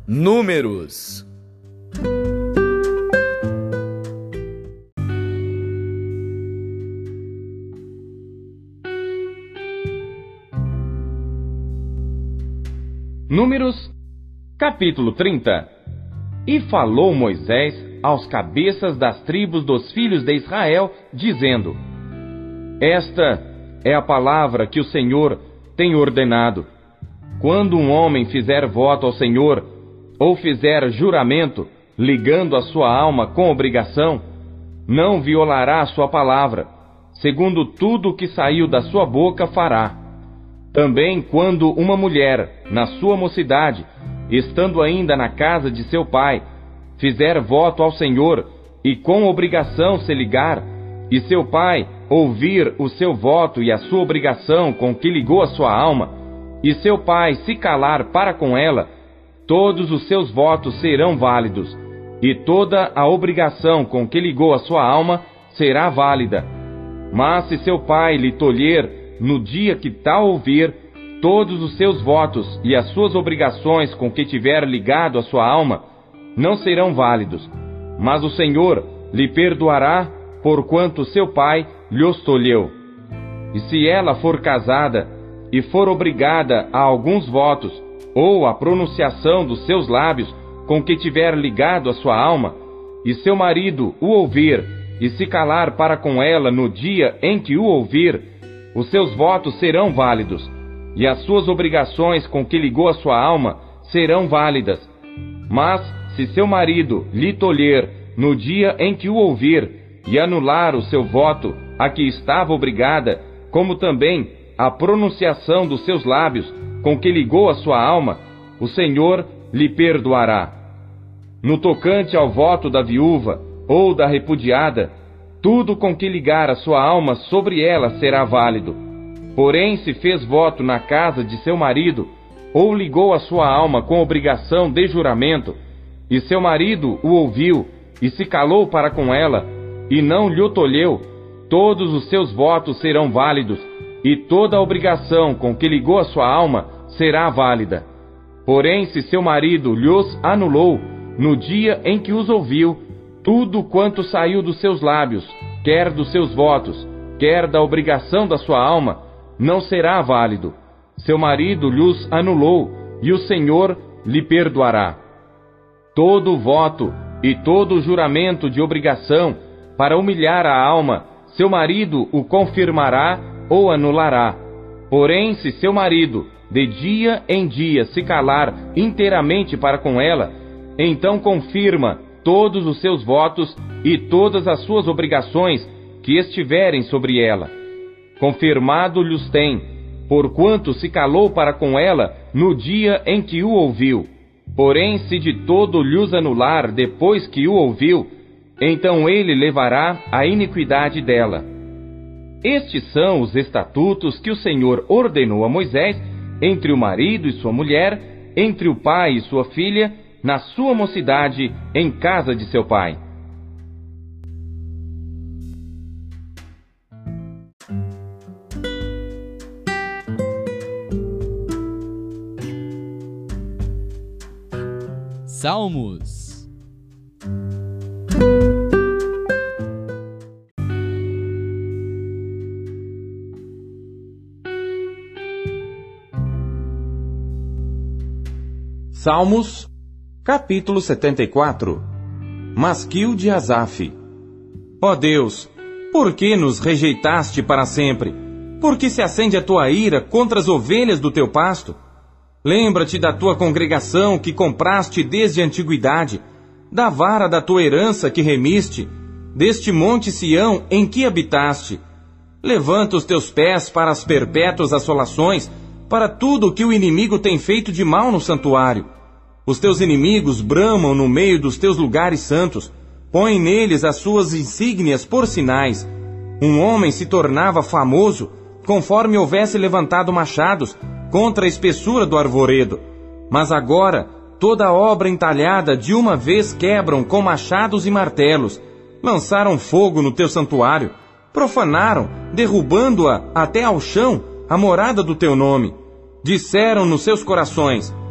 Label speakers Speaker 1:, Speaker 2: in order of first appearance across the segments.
Speaker 1: Números.
Speaker 2: Números, capítulo 30. E falou Moisés aos cabeças das tribos dos filhos de Israel, dizendo: Esta é a palavra que o Senhor tem ordenado. Quando um homem fizer voto ao Senhor, ou fizer juramento, ligando a sua alma com obrigação, não violará a sua palavra, segundo tudo que saiu da sua boca fará. Também quando uma mulher, na sua mocidade, estando ainda na casa de seu pai, fizer voto ao Senhor, e com obrigação se ligar, e seu pai ouvir o seu voto e a sua obrigação com que ligou a sua alma, e seu pai se calar para com ela, todos os seus votos serão válidos, e toda a obrigação com que ligou a sua alma será válida. Mas se seu pai lhe tolher, no dia que tal ouvir, todos os seus votos e as suas obrigações com que tiver ligado a sua alma, não serão válidos, mas o Senhor lhe perdoará, porquanto seu pai lhos tolheu. E se ela for casada, e for obrigada a alguns votos, ou a pronunciação dos seus lábios, com que tiver ligado a sua alma, e seu marido o ouvir, e se calar para com ela no dia em que o ouvir, os seus votos serão válidos, e as suas obrigações com que ligou a sua alma serão válidas. Mas, se seu marido lhe tolher no dia em que o ouvir, e anular o seu voto a que estava obrigada, como também a pronunciação dos seus lábios com que ligou a sua alma, o Senhor lhe perdoará. No tocante ao voto da viúva ou da repudiada, tudo com que ligar a sua alma sobre ela será válido. Porém, se fez voto na casa de seu marido, ou ligou a sua alma com obrigação de juramento, e seu marido o ouviu, e se calou para com ela, e não lhe tolheu, todos os seus votos serão válidos, e toda a obrigação com que ligou a sua alma será válida. Porém, se seu marido lhos anulou, no dia em que os ouviu, tudo quanto saiu dos seus lábios, quer dos seus votos, quer da obrigação da sua alma, não será válido. Seu marido lhos anulou, e o Senhor lhe perdoará. Todo voto e todo juramento de obrigação, para humilhar a alma, seu marido o confirmará ou anulará. Porém, se seu marido, de dia em dia, se calar inteiramente para com ela, então confirma todos os seus votos e todas as suas obrigações que estiverem sobre ela. Confirmado lhos tem, porquanto se calou para com ela no dia em que o ouviu. Porém, se de todo lhos anular depois que o ouviu, então ele levará a iniquidade dela. Estes são os estatutos que o Senhor ordenou a Moisés entre o marido e sua mulher, entre o pai e sua filha, na sua mocidade, em casa de seu pai.
Speaker 1: Salmos.
Speaker 2: Salmos, capítulo 74. Masquil de Asaf. Ó Deus, por que nos rejeitaste para sempre? Por que se acende a tua ira contra as ovelhas do teu pasto? Lembra-te da tua congregação que compraste desde a antiguidade, da vara da tua herança que remiste, deste monte Sião em que habitaste. Levanta os teus pés para as perpétuas assolações, para tudo o que o inimigo tem feito de mal no santuário. Os teus inimigos bramam no meio dos teus lugares santos, põem neles as suas insígnias por sinais. Um homem se tornava famoso, conforme houvesse levantado machados, contra a espessura do arvoredo. Mas agora, toda a obra entalhada de uma vez quebram com machados e martelos. Lançaram fogo no teu santuário, profanaram, derrubando-a até ao chão, a morada do teu nome. Disseram nos seus corações: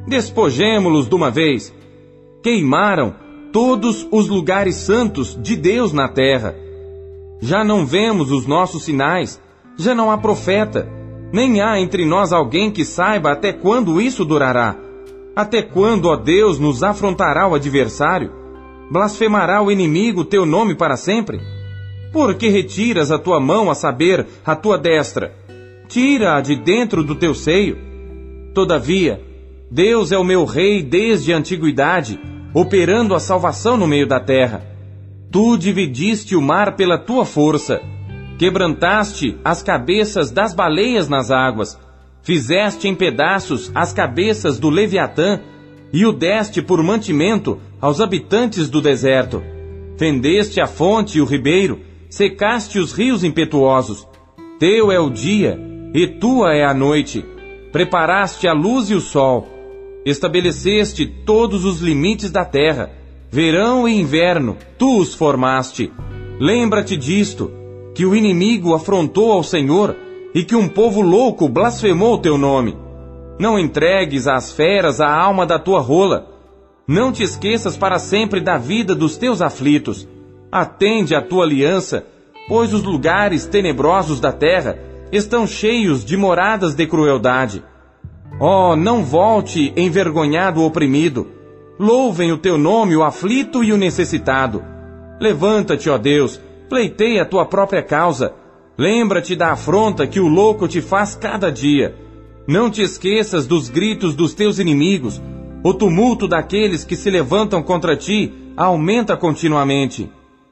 Speaker 2: Despojemo-los de uma vez. Queimaram todos os lugares santos de Deus na terra. Já não vemos os nossos sinais, já não há profeta, nem há entre nós alguém que saiba até quando isso durará. Até quando, ó Deus, nos afrontará o adversário? Blasfemará o inimigo teu nome para sempre? Por que retiras a tua mão, a saber, a tua destra? Tira-a de dentro do teu seio. Todavia, Deus é o meu rei desde a antiguidade, operando a salvação no meio da terra. Tu dividiste o mar pela tua força, quebrantaste as cabeças das baleias nas águas, fizeste em pedaços as cabeças do Leviatã e o deste por mantimento aos habitantes do deserto. Fendeste a fonte e o ribeiro, secaste os rios impetuosos. Teu é o dia e tua é a noite. Preparaste a luz e o sol. Estabeleceste todos os limites da terra. Verão e inverno, tu os formaste. Lembra-te disto, que o inimigo afrontou ao Senhor e que um povo louco blasfemou teu nome. Não entregues às feras a alma da tua rola. Não te esqueças para sempre da vida dos teus aflitos. Atende à tua aliança, pois os lugares tenebrosos da terra estão cheios de moradas de crueldade. Oh, não volte envergonhado o oprimido. Louvem o teu nome o aflito e o necessitado. Levanta-te, ó Deus, pleiteia a tua própria causa. Lembra-te da afronta que o louco te faz cada dia. Não te esqueças dos gritos dos teus inimigos. O tumulto daqueles que se levantam contra ti aumenta continuamente.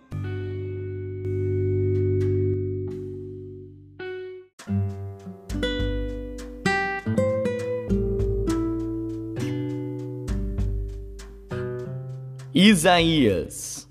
Speaker 1: Isaías.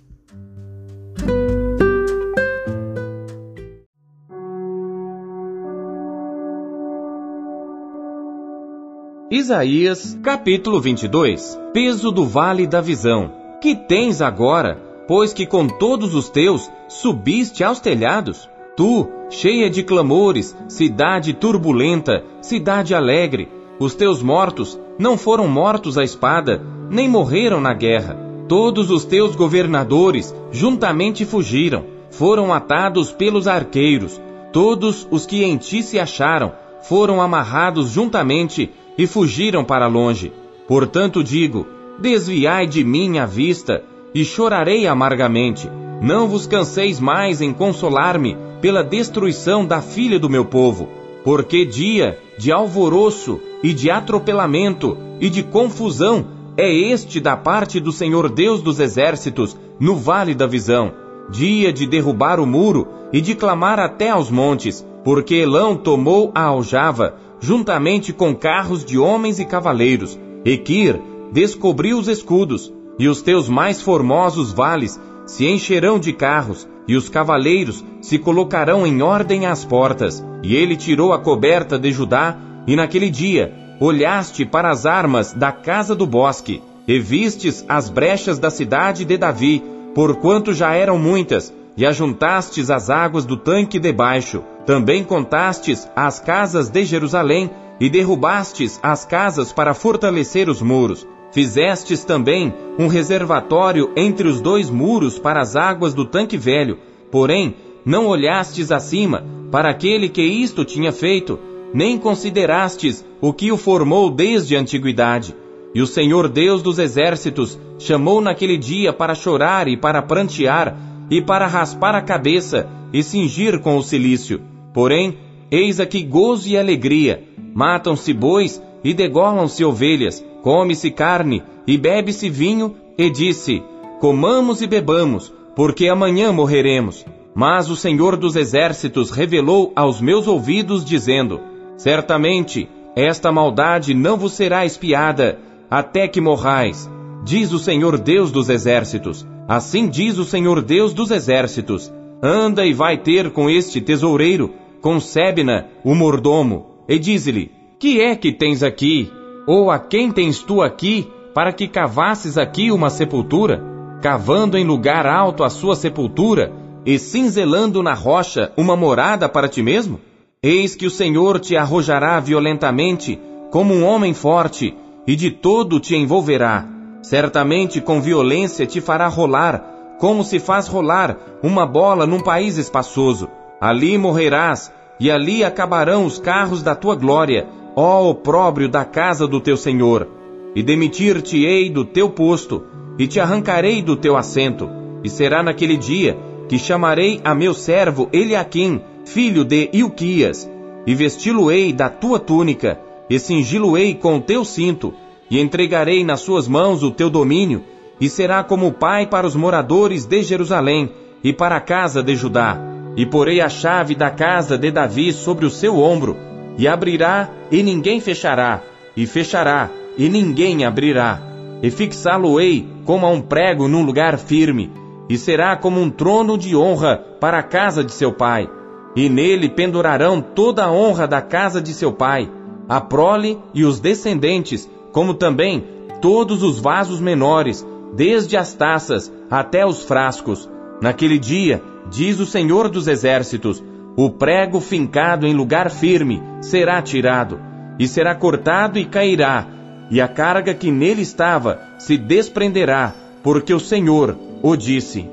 Speaker 2: Isaías, capítulo 22. Peso do vale da visão. Que tens agora, pois que com todos os teus subiste aos telhados? Tu, cheia de clamores, cidade turbulenta, cidade alegre, os teus mortos não foram mortos à espada, nem morreram na guerra. Todos os teus governadores juntamente fugiram, foram atados pelos arqueiros. Todos os que em ti se acharam foram amarrados juntamente e fugiram para longe. Portanto digo, desviai de mim a vista, e chorarei amargamente. Não vos canseis mais em consolar-me pela destruição da filha do meu povo, porque dia de alvoroço e de atropelamento e de confusão é este da parte do Senhor Deus dos exércitos no vale da visão. Dia de derrubar o muro e de clamar até aos montes, porque Elão tomou a aljava, juntamente com carros de homens e cavaleiros. E Quir descobriu os escudos, e os teus mais formosos vales se encherão de carros, e os cavaleiros se colocarão em ordem às portas. E ele tirou a coberta de Judá, e naquele dia olhaste para as armas da casa do bosque, e vistes as brechas da cidade de Davi, porquanto já eram muitas, e ajuntastes as águas do tanque debaixo. Também contastes as casas de Jerusalém, e derrubastes as casas para fortalecer os muros. Fizestes também um reservatório entre os dois muros para as águas do tanque velho, porém não olhastes acima para aquele que isto tinha feito, nem considerastes o que o formou desde a antiguidade. E o Senhor Deus dos exércitos chamou naquele dia para chorar e para prantear, e para raspar a cabeça e cingir com o cilício. Porém, eis aqui gozo e alegria, matam-se bois e degolam-se ovelhas, come-se carne e bebe-se vinho, e disse, comamos e bebamos, porque amanhã morreremos. Mas o Senhor dos exércitos revelou aos meus ouvidos, dizendo, certamente, esta maldade não vos será espiada, até que morrais, diz o Senhor Deus dos exércitos. Assim diz o Senhor Deus dos exércitos, anda e vai ter com este tesoureiro, com Sebna, o mordomo, e dize-lhe, que é que tens aqui? Ou a quem tens tu aqui, para que cavasses aqui uma sepultura? Cavando em lugar alto a sua sepultura, e cinzelando na rocha uma morada para ti mesmo? Eis que o Senhor te arrojará violentamente, como um homem forte, e de todo te envolverá. Certamente com violência te fará rolar, como se faz rolar uma bola num país espaçoso. Ali morrerás, e ali acabarão os carros da tua glória, ó opróbrio da casa do teu Senhor. E demitir-te-ei do teu posto, e te arrancarei do teu assento. E será naquele dia que chamarei a meu servo Eliaquim, filho de Ilquias, e vesti-lo-ei da tua túnica, e cingi-lo-ei com o teu cinto, e entregarei nas suas mãos o teu domínio, e será como pai para os moradores de Jerusalém, e para a casa de Judá. E porei a chave da casa de Davi sobre o seu ombro, e abrirá, e ninguém fechará, e fechará, e ninguém abrirá. E fixá-lo-ei como a um prego num lugar firme, e será como um trono de honra para a casa de seu pai. E nele pendurarão toda a honra da casa de seu pai, a prole e os descendentes, como também todos os vasos menores, desde as taças até os frascos. Naquele dia, diz o Senhor dos Exércitos, o prego fincado em lugar firme será tirado, e será cortado e cairá, e a carga que nele estava se desprenderá, porque o Senhor o disse.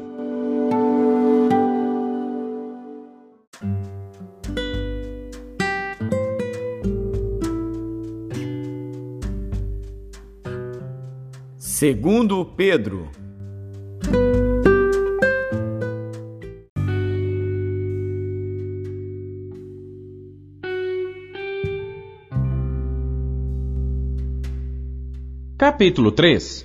Speaker 3: Segundo Pedro.
Speaker 2: Capítulo 3.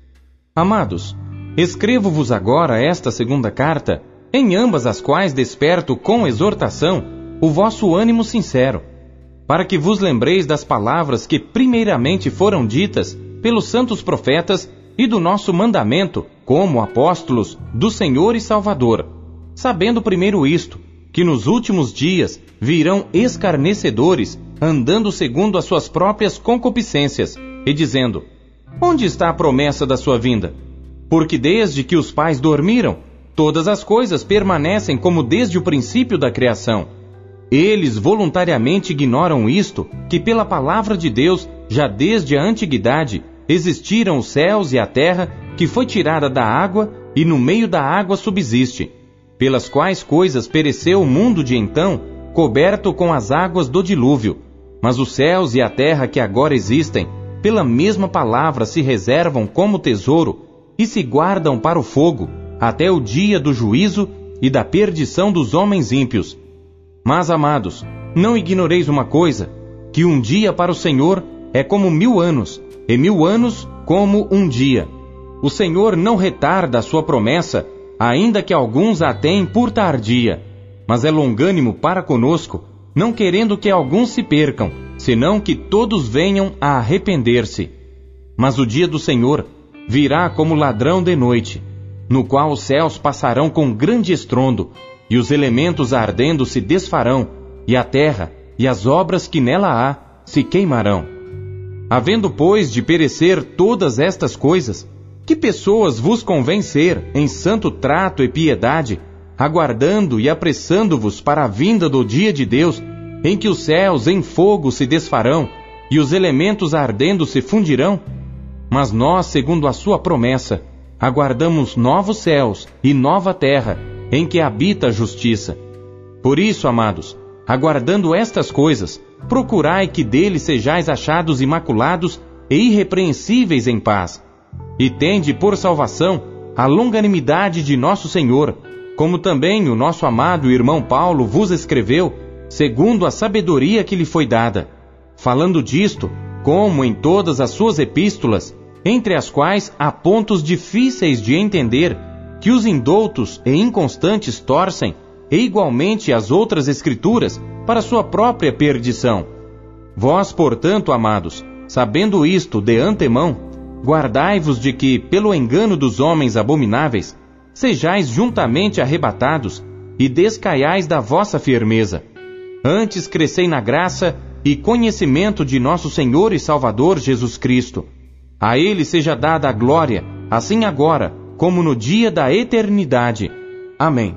Speaker 2: Amados, escrevo-vos agora esta segunda carta, em ambas as quais desperto com exortação o vosso ânimo sincero, para que vos lembreis das palavras que primeiramente foram ditas pelos santos profetas e do nosso mandamento como apóstolos do Senhor e Salvador, sabendo primeiro isto, que nos últimos dias virão escarnecedores, andando segundo as suas próprias concupiscências, e dizendo: onde está a promessa da sua vinda? Porque desde que os pais dormiram, todas as coisas permanecem como desde o princípio da criação. Eles voluntariamente ignoram isto, que pela palavra de Deus, já desde a antiguidade, existiram os céus e a terra, que foi tirada da água, e no meio da água subsiste, pelas quais coisas pereceu o mundo de então, coberto com as águas do dilúvio. Mas os céus e a terra que agora existem, pela mesma palavra se reservam como tesouro, e se guardam para o fogo, até o dia do juízo e da perdição dos homens ímpios. Mas, amados, não ignoreis uma coisa, que um dia para o Senhor é como 1000 anos, e 1000 anos como um dia. O Senhor não retarda a sua promessa, ainda que alguns a tenham por tardia, mas é longânimo para conosco, não querendo que alguns se percam, senão que todos venham a arrepender-se. Mas o dia do Senhor virá como ladrão de noite, no qual os céus passarão com grande estrondo, e os elementos ardendo se desfarão, e a terra e as obras que nela há se queimarão. Havendo, pois, de perecer todas estas coisas, que pessoas vos convém ser em santo trato e piedade, aguardando e apressando-vos para a vinda do dia de Deus, em que os céus em fogo se desfarão, e os elementos ardendo se fundirão? Mas nós, segundo a sua promessa, aguardamos novos céus e nova terra, em que habita a justiça. Por isso, amados, aguardando estas coisas, procurai que dele sejais achados imaculados e irrepreensíveis em paz. E tende por salvação a longanimidade de nosso Senhor, como também o nosso amado irmão Paulo vos escreveu, segundo a sabedoria que lhe foi dada, falando disto, como em todas as suas epístolas, entre as quais há pontos difíceis de entender, que os indoutos e inconstantes torcem, e igualmente as outras escrituras, para sua própria perdição. Vós, portanto, amados, sabendo isto de antemão, guardai-vos de que, pelo engano dos homens abomináveis, sejais juntamente arrebatados, e descaiais da vossa firmeza. Antes crescei na graça e conhecimento de nosso Senhor e Salvador Jesus Cristo. A Ele seja dada a glória, assim agora, como no dia da eternidade. Amém.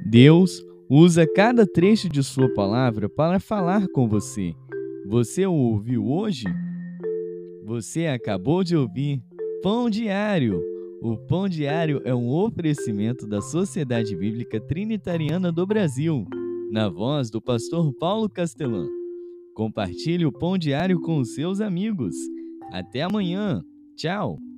Speaker 1: Deus usa cada trecho de sua palavra para falar com você. Você o ouviu hoje? Você acabou de ouvir Pão Diário. O Pão Diário é um oferecimento da Sociedade Bíblica Trinitariana do Brasil, na voz do pastor Paulo Castelã. Compartilhe o Pão Diário com os seus amigos. Até amanhã. Tchau!